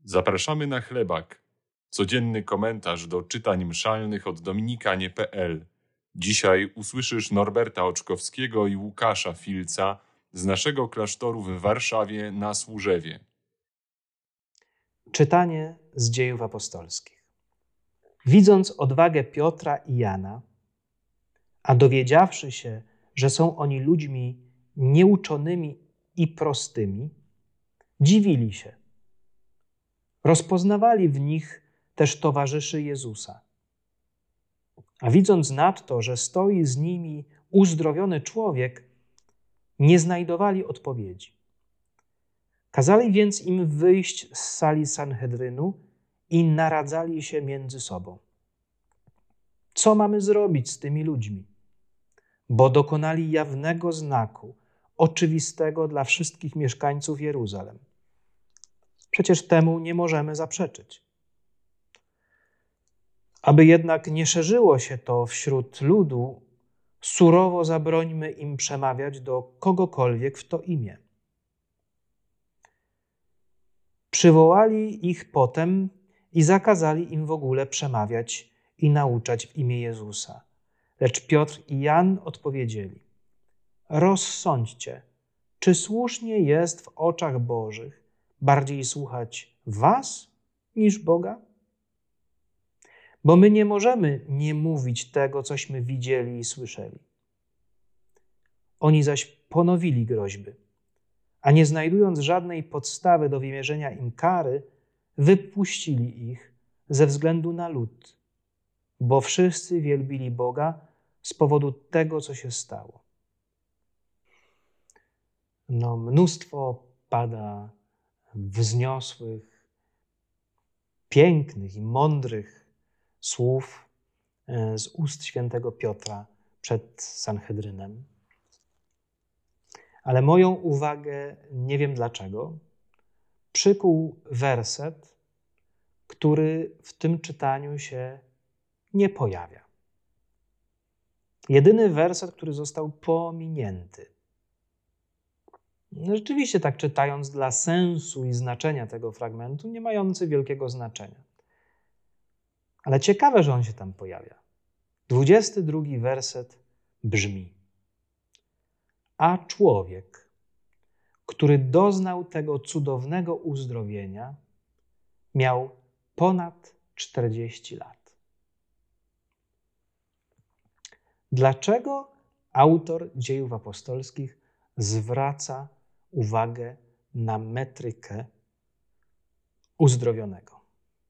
Zapraszamy na chlebak. Codzienny komentarz do czytań mszalnych od dominikanie.pl. Dzisiaj usłyszysz Norberta Oczkowskiego i Łukasza Filca z naszego klasztoru w Warszawie na Służewie. Czytanie z Dziejów Apostolskich. Widząc odwagę Piotra i Jana, a dowiedziawszy się, że są oni ludźmi nieuczonymi i prostymi, dziwili się. Rozpoznawali w nich też towarzyszy Jezusa. A widząc nadto, że stoi z nimi uzdrowiony człowiek, nie znajdowali odpowiedzi. Kazali więc im wyjść z sali Sanhedrynu i naradzali się między sobą. Co mamy zrobić z tymi ludźmi? Bo dokonali jawnego znaku, oczywistego dla wszystkich mieszkańców Jeruzalem. Przecież temu nie możemy zaprzeczyć. Aby jednak nie szerzyło się to wśród ludu, surowo zabrońmy im przemawiać do kogokolwiek w to imię. Przywołali ich potem i zakazali im w ogóle przemawiać i nauczać w imię Jezusa. Lecz Piotr i Jan odpowiedzieli: rozsądźcie, czy słusznie jest w oczach Bożych bardziej słuchać was niż Boga? Bo my nie możemy nie mówić tego, cośmy widzieli i słyszeli. Oni zaś ponowili groźby, a nie znajdując żadnej podstawy do wymierzenia im kary, wypuścili ich ze względu na lud, bo wszyscy wielbili Boga z powodu tego, co się stało. Mnóstwo pada wzniosłych, pięknych i mądrych słów z ust świętego Piotra przed Sanhedrynem. Ale moją uwagę, nie wiem dlaczego, przykuł werset, który w tym czytaniu się nie pojawia. Jedyny werset, który został pominięty. Rzeczywiście tak czytając dla sensu i znaczenia tego fragmentu, nie mający wielkiego znaczenia. Ale ciekawe, że on się tam pojawia. 22 werset brzmi: a człowiek, który doznał tego cudownego uzdrowienia, miał ponad 40 lat. Dlaczego autor Dziejów Apostolskich zwraca uwagę na metrykę uzdrowionego?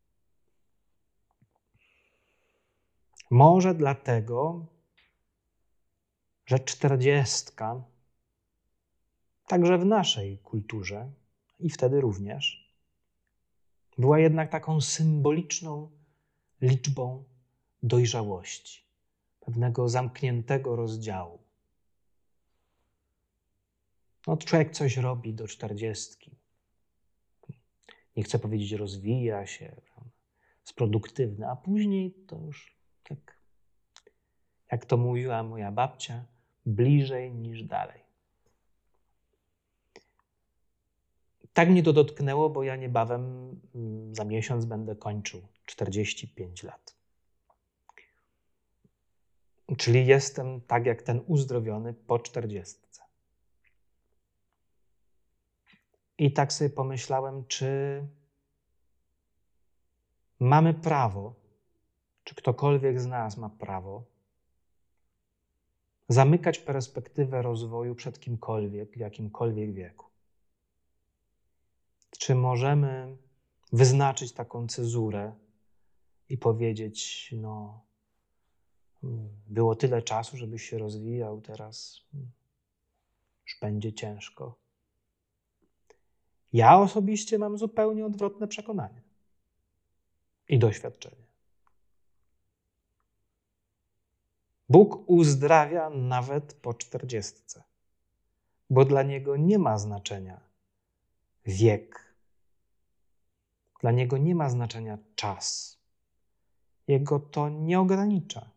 Może dlatego, że 40, także w naszej kulturze i wtedy również, była jednak taką symboliczną liczbą dojrzałości, pewnego zamkniętego rozdziału. Człowiek coś robi do 40. Nie chcę powiedzieć rozwija się, jest produktywny, a później to już tak, jak to mówiła moja babcia, bliżej niż dalej. Tak mnie to dotknęło, bo ja niebawem za miesiąc będę kończył 45 lat. Czyli jestem tak jak ten uzdrowiony po 40. I tak sobie pomyślałem, czy mamy prawo, czy ktokolwiek z nas ma prawo zamykać perspektywę rozwoju przed kimkolwiek, w jakimkolwiek wieku. Czy możemy wyznaczyć taką cezurę i powiedzieć, było tyle czasu, żebyś się rozwijał, teraz już będzie ciężko. Ja osobiście mam zupełnie odwrotne przekonanie i doświadczenie. Bóg uzdrawia nawet po 40, bo dla Niego nie ma znaczenia wiek. Dla Niego nie ma znaczenia czas. Jego to nie ogranicza.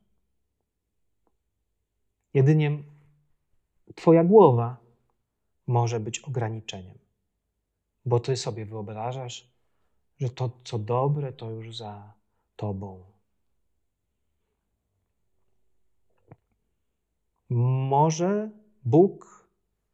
Jedynie twoja głowa może być ograniczeniem, bo ty sobie wyobrażasz, że to, co dobre, to już za Tobą. Może Bóg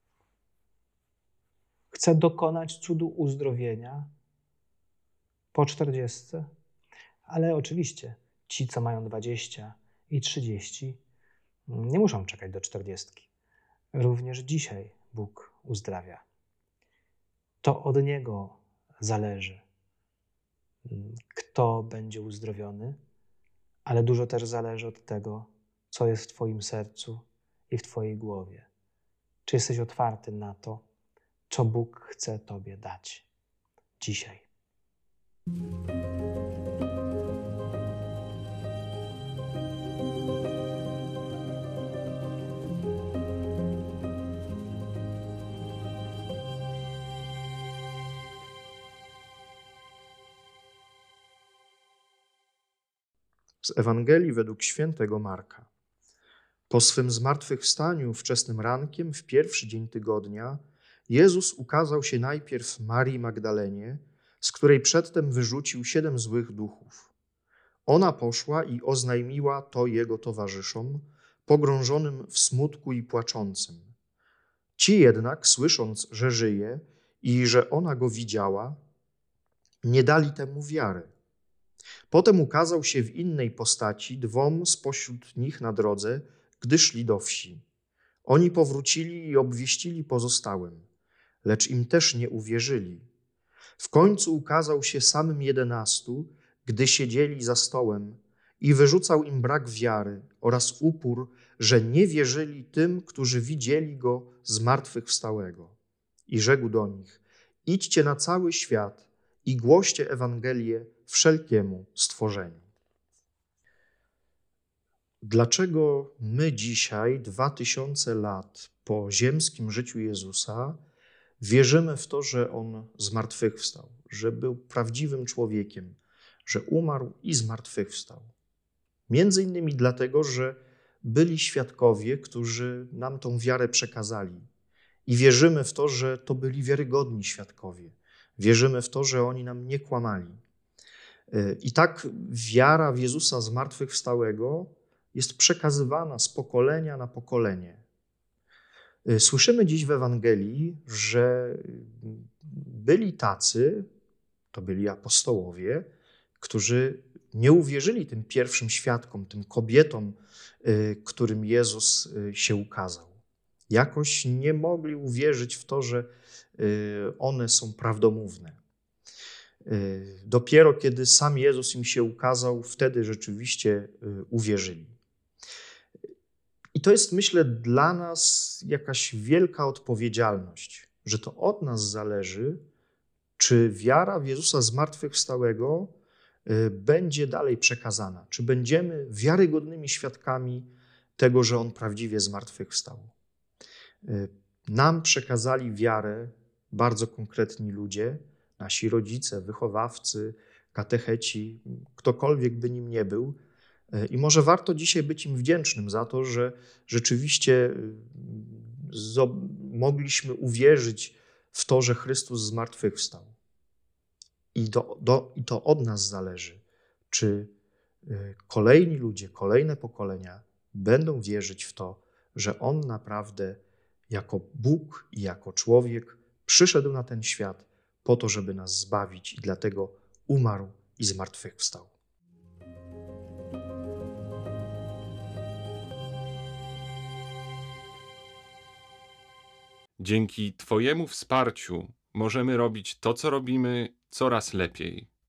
chce dokonać cudu uzdrowienia po 40, ale oczywiście ci, co mają 20 i 30, nie muszą czekać do 40. Również dzisiaj Bóg uzdrawia. To od Niego zależy, kto będzie uzdrowiony, ale dużo też zależy od tego, co jest w Twoim sercu i w Twojej głowie. Czy jesteś otwarty na to, co Bóg chce Tobie dać dzisiaj? Z Ewangelii według świętego Marka. Po swym zmartwychwstaniu wczesnym rankiem, w pierwszy dzień tygodnia, Jezus ukazał się najpierw Marii Magdalenie, z której przedtem wyrzucił 7 złych duchów. Ona poszła i oznajmiła to jego towarzyszom, pogrążonym w smutku i płaczącym. Ci jednak, słysząc, że żyje i że ona go widziała, nie dali temu wiary. Potem ukazał się w innej postaci 2 spośród nich na drodze, gdy szli do wsi. Oni powrócili i obwieścili pozostałym, lecz im też nie uwierzyli. W końcu ukazał się samym 11, gdy siedzieli za stołem, i wyrzucał im brak wiary oraz upór, że nie wierzyli tym, którzy widzieli go zmartwychwstałego. I rzekł do nich: idźcie na cały świat i głoście Ewangelię wszelkiemu stworzeniu. Dlaczego my dzisiaj, 2000 lat po ziemskim życiu Jezusa, wierzymy w to, że On zmartwychwstał, że był prawdziwym człowiekiem, że umarł i zmartwychwstał? Między innymi dlatego, że byli świadkowie, którzy nam tą wiarę przekazali. I wierzymy w to, że to byli wiarygodni świadkowie. Wierzymy w to, że oni nam nie kłamali. I tak wiara w Jezusa zmartwychwstałego jest przekazywana z pokolenia na pokolenie. Słyszymy dziś w Ewangelii, że byli tacy, to byli apostołowie, którzy nie uwierzyli tym pierwszym świadkom, tym kobietom, którym Jezus się ukazał. Jakoś nie mogli uwierzyć w to, że one są prawdomówne. Dopiero kiedy sam Jezus im się ukazał, wtedy rzeczywiście uwierzyli. I to jest, myślę, dla nas jakaś wielka odpowiedzialność, że to od nas zależy, czy wiara w Jezusa zmartwychwstałego będzie dalej przekazana, czy będziemy wiarygodnymi świadkami tego, że On prawdziwie zmartwychwstał. Nam przekazali wiarę bardzo konkretni ludzie, nasi rodzice, wychowawcy, katecheci, ktokolwiek by nim nie był. I może warto dzisiaj być im wdzięcznym za to, że rzeczywiście mogliśmy uwierzyć w to, że Chrystus zmartwychwstał. I to od nas zależy, czy kolejni ludzie, kolejne pokolenia będą wierzyć w to, że On naprawdę jako Bóg i jako człowiek przyszedł na ten świat po to, żeby nas zbawić i dlatego umarł i zmartwychwstał. Dzięki Twojemu wsparciu możemy robić to, co robimy, coraz lepiej.